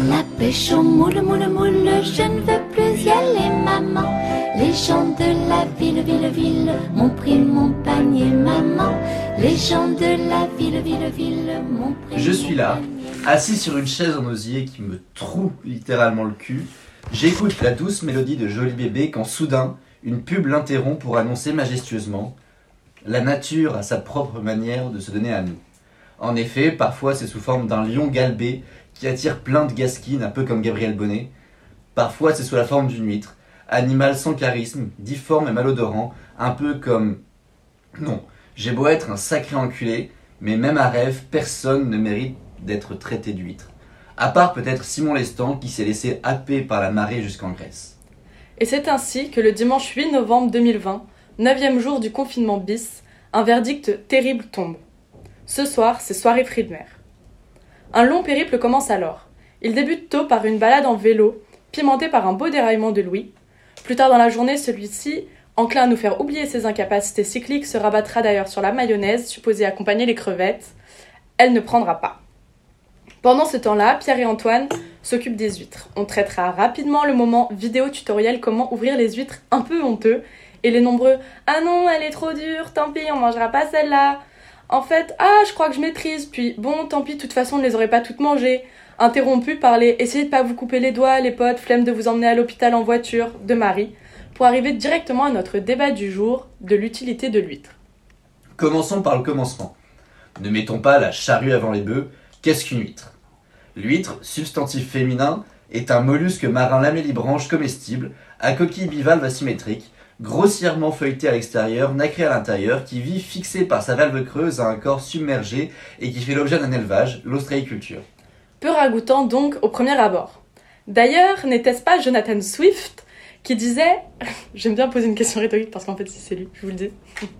la pêche au moule, moule, moule, je ne veux plus y aller, maman. Les gens de la ville, ville, ville, m'ont pris mon panier, maman. Les gens de la ville, ville, ville, m'ont pris. Je suis là, assis sur une chaise en osier qui me troue littéralement le cul. J'écoute la douce mélodie de Joli Bébé quand soudain, une pub l'interrompt pour annoncer majestueusement: la nature a sa propre manière de se donner à nous. En effet, parfois c'est sous forme d'un lion galbé qui attire plein de gasquines, un peu comme Gabriel Bonnet. Parfois c'est sous la forme d'une huître, animal sans charisme, difforme et malodorant, un peu comme... Non, j'ai beau être un sacré enculé, mais même à rêve, personne ne mérite d'être traité d'huître. À part peut-être Simon Lestan qui s'est laissé happer par la marée jusqu'en Grèce. Et c'est ainsi que le dimanche 8 novembre 2020, 9e jour du confinement bis, un verdict terrible tombe. Ce soir, c'est soirée fruits de mer. Un long périple commence alors. Il débute tôt par une balade en vélo, pimentée par un beau déraillement de Louis. Plus tard dans la journée, celui-ci, enclin à nous faire oublier ses incapacités cycliques, se rabattra d'ailleurs sur la mayonnaise, supposée accompagner les crevettes. Elle ne prendra pas. Pendant ce temps-là, Pierre et Antoine s'occupent des huîtres. On traitera rapidement le moment vidéo tutoriel comment ouvrir les huîtres un peu honteux et les nombreux « Ah non, elle est trop dure, tant pis, on mangera pas celle-là !» En fait, ah, je crois que je maîtrise, puis bon, tant pis, de toute façon, on ne les aurait pas toutes mangées. Interrompu par les essayez de pas vous couper les doigts, les potes, flemme de vous emmener à l'hôpital en voiture, de Marie, pour arriver directement à notre débat du jour de l'utilité de l'huître. Commençons par le commencement. Ne mettons pas la charrue avant les bœufs, qu'est-ce qu'une huître ? L'huître, substantif féminin, est un mollusque marin lamellibranche comestible, à coquille bivalve asymétrique, grossièrement feuilleté à l'extérieur, nacré à l'intérieur, qui vit fixé par sa valve creuse à un corps submergé et qui fait l'objet d'un élevage, l'ostréiculture. Peu ragoûtant donc au premier abord. D'ailleurs, n'était-ce pas Jonathan Swift qui disait... J'aime bien poser une question rhétorique parce qu'en fait c'est lui, je vous le dis.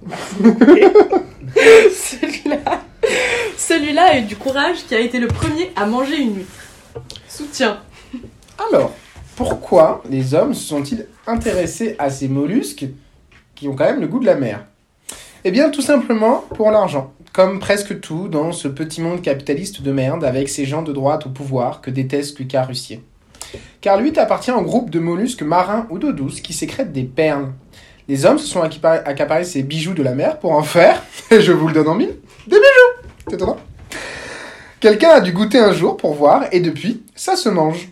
Celui-là a eu du courage, qui a été le premier à manger une huître. Soutien. Alors, pourquoi les hommes se sont-ils intéressés à ces mollusques qui ont quand même le goût de la mer ? Eh bien, tout simplement pour l'argent. Comme presque tout dans ce petit monde capitaliste de merde avec ces gens de droite au pouvoir que déteste Lucas Russier. Car l'huître appartient au groupe de mollusques marins ou d'eau douce qui sécrètent des perles. Les hommes se sont accaparés ces bijoux de la mer pour en faire, et je vous le donne en mille, des bijoux. C'est étonnant. Quelqu'un a dû goûter un jour pour voir, et depuis, ça se mange.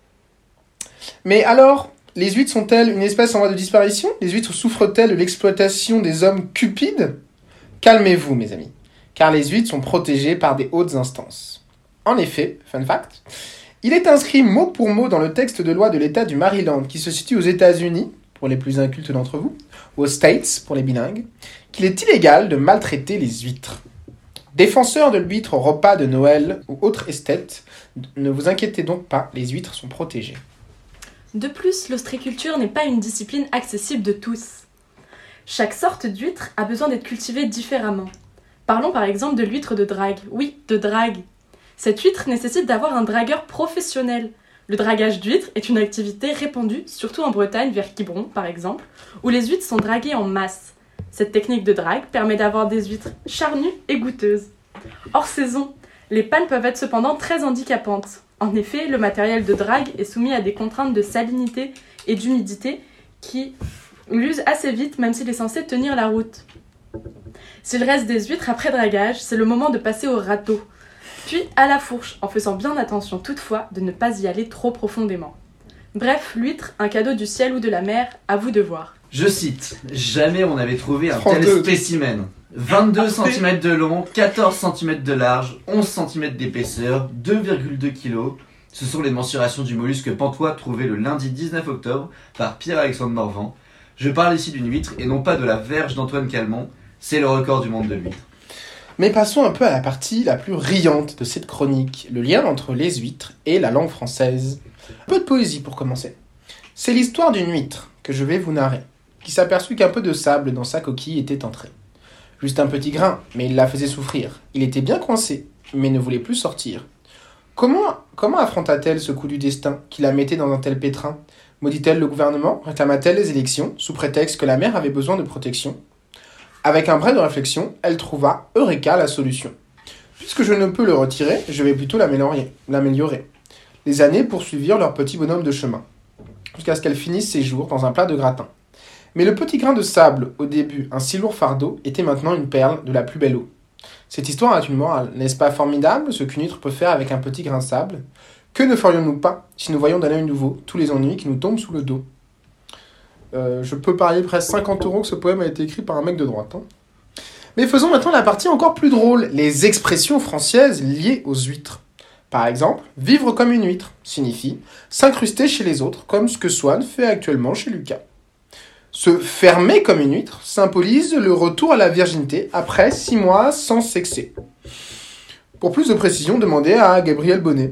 Mais alors, les huîtres sont-elles une espèce en voie de disparition ? Les huîtres souffrent-elles de l'exploitation des hommes cupides ? Calmez-vous, mes amis, car les huîtres sont protégées par des hautes instances. En effet, fun fact, il est inscrit mot pour mot dans le texte de loi de l'État du Maryland, qui se situe aux États-Unis, pour les plus incultes d'entre vous, aux States, pour les bilingues, qu'il est illégal de maltraiter les huîtres. Défenseurs de l'huître au repas de Noël ou autres esthètes, ne vous inquiétez donc pas, les huîtres sont protégées. De plus, l'ostréiculture n'est pas une discipline accessible de tous. Chaque sorte d'huître a besoin d'être cultivée différemment. Parlons par exemple de l'huître de drague. Oui, de drague. Cette huître nécessite d'avoir un dragueur professionnel. Le dragage d'huîtres est une activité répandue, surtout en Bretagne, vers Quiberon par exemple, où les huîtres sont draguées en masse. Cette technique de drague permet d'avoir des huîtres charnues et goûteuses. Hors saison, les pannes peuvent être cependant très handicapantes. En effet, le matériel de drague est soumis à des contraintes de salinité et d'humidité qui l'usent assez vite, même s'il est censé tenir la route. S'il reste des huîtres après dragage, c'est le moment de passer au râteau, puis à la fourche, en faisant bien attention toutefois de ne pas y aller trop profondément. Bref, l'huître, un cadeau du ciel ou de la mer, à vous de voir. Je cite, jamais on avait trouvé un tel spécimen. 22 cm de long, 14 cm de large, 11 cm d'épaisseur, 2,2 kg. Ce sont les mensurations du mollusque pantois trouvé le lundi 19 octobre par Pierre-Alexandre Morvan. Je parle ici d'une huître et non pas de la verge d'Antoine Calmont. C'est le record du monde de l'huître. Mais passons un peu à la partie la plus riante de cette chronique, le lien entre les huîtres et la langue française. Un peu de poésie pour commencer. C'est l'histoire d'une huître que je vais vous narrer, qui s'aperçut qu'un peu de sable dans sa coquille était entré. Juste un petit grain, mais il la faisait souffrir. Il était bien coincé, mais ne voulait plus sortir. Comment affronta-t-elle ce coup du destin qui la mettait dans un tel pétrin ? Maudit-elle le gouvernement ? Réclama-t-elle les élections, sous prétexte que la mère avait besoin de protection ? Avec un brin de réflexion, elle trouva, eureka, la solution. Puisque je ne peux le retirer, je vais plutôt l'améliorer. Les années poursuivirent leur petit bonhomme de chemin, jusqu'à ce qu'elle finisse ses jours dans un plat de gratin. Mais le petit grain de sable, au début un si lourd fardeau, était maintenant une perle de la plus belle eau. Cette histoire a une morale. N'est-ce pas formidable ce qu'une huître peut faire avec un petit grain de sable? Que ne ferions-nous pas si nous voyions d'un œil nouveau tous les ennuis qui nous tombent sous le dos? Je peux parier presque 50 € que ce poème a été écrit par un mec de droite. Hein. Mais faisons maintenant la partie encore plus drôle, les expressions françaises liées aux huîtres. Par exemple, vivre comme une huître signifie s'incruster chez les autres, comme ce que Swan fait actuellement chez Lucas. Se fermer comme une huître symbolise le retour à la virginité après 6 mois sans sexer. Pour plus de précision, demandez à Gabriel Bonnet.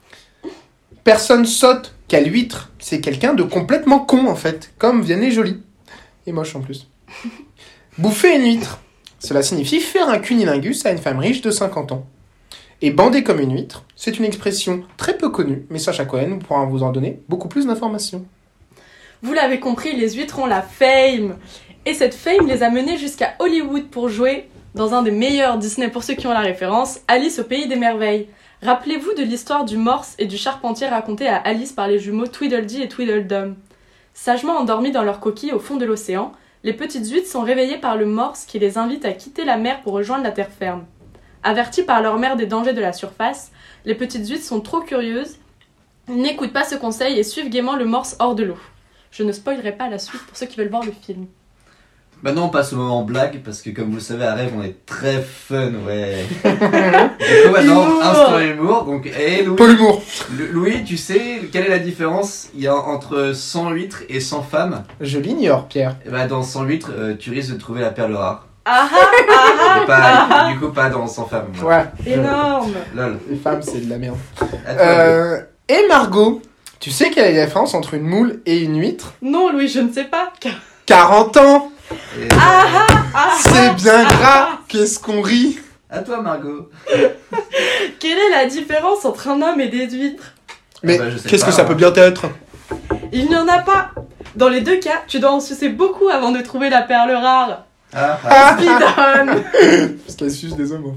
Personne saute qu'à l'huître, c'est quelqu'un de complètement con en fait, comme Vianney Joly. Et moche en plus. Bouffer une huître, cela signifie faire un cunilingus à une femme riche de 50 ans. Et bander comme une huître, c'est une expression très peu connue, mais Sacha Cohen pourra vous en donner beaucoup plus d'informations. Vous l'avez compris, les huîtres ont la fame. Et cette fame les a menés jusqu'à Hollywood pour jouer dans un des meilleurs Disney, pour ceux qui ont la référence, Alice au Pays des Merveilles. Rappelez-vous de l'histoire du morse et du charpentier racontée à Alice par les jumeaux Tweedledee et Tweedledum. Sagement endormis dans leur coquille au fond de l'océan, les petites huîtres sont réveillées par le morse qui les invite à quitter la mer pour rejoindre la terre ferme. Averties par leur mère des dangers de la surface, les petites huîtres sont trop curieuses, n'écoutent pas ce conseil et suivent gaiement le morse hors de l'eau. Je ne spoilerai pas la suite pour ceux qui veulent voir le film. Maintenant on passe au moment blague, parce que comme vous le savez à Rêve on est très fun, ouais. Du coup maintenant, instant humour, donc Louis, Pas l'humour. Louis, tu sais quelle est la différence il y a entre 100 huîtres et 100 femmes? Je l'ignore, Pierre. Et bah dans 100 huîtres, tu risques de trouver la perle rare. Ah ah Et pas, du coup pas dans 100 femmes. Ouais. énorme. Lol. Les femmes, c'est de la merde. À toi, Et Margot, tu sais quelle est la différence entre une moule et une huître? Non, Louis, je ne sais pas. 40 ans. Et- C'est bien gras. Qu'est-ce qu'on rit? À toi Margot. Quelle est la différence entre un homme et des huîtres? Mais bah, je sais qu'est-ce pas, que ça hein. peut bien être? Il n'y en a pas. Dans les deux cas, tu dois en sucer beaucoup avant de trouver la perle rare. Ah, ah. Speedon. Parce qu'elle suce des hommes.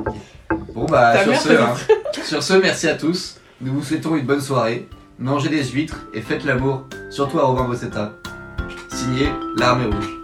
Bon bah Ta sur mère ce, peut hein. Sur ce, merci à tous. Nous vous souhaitons une bonne soirée. Mangez des huîtres et faites l'amour, surtout à Robin Bossetta. Signé l'Armée Rouge.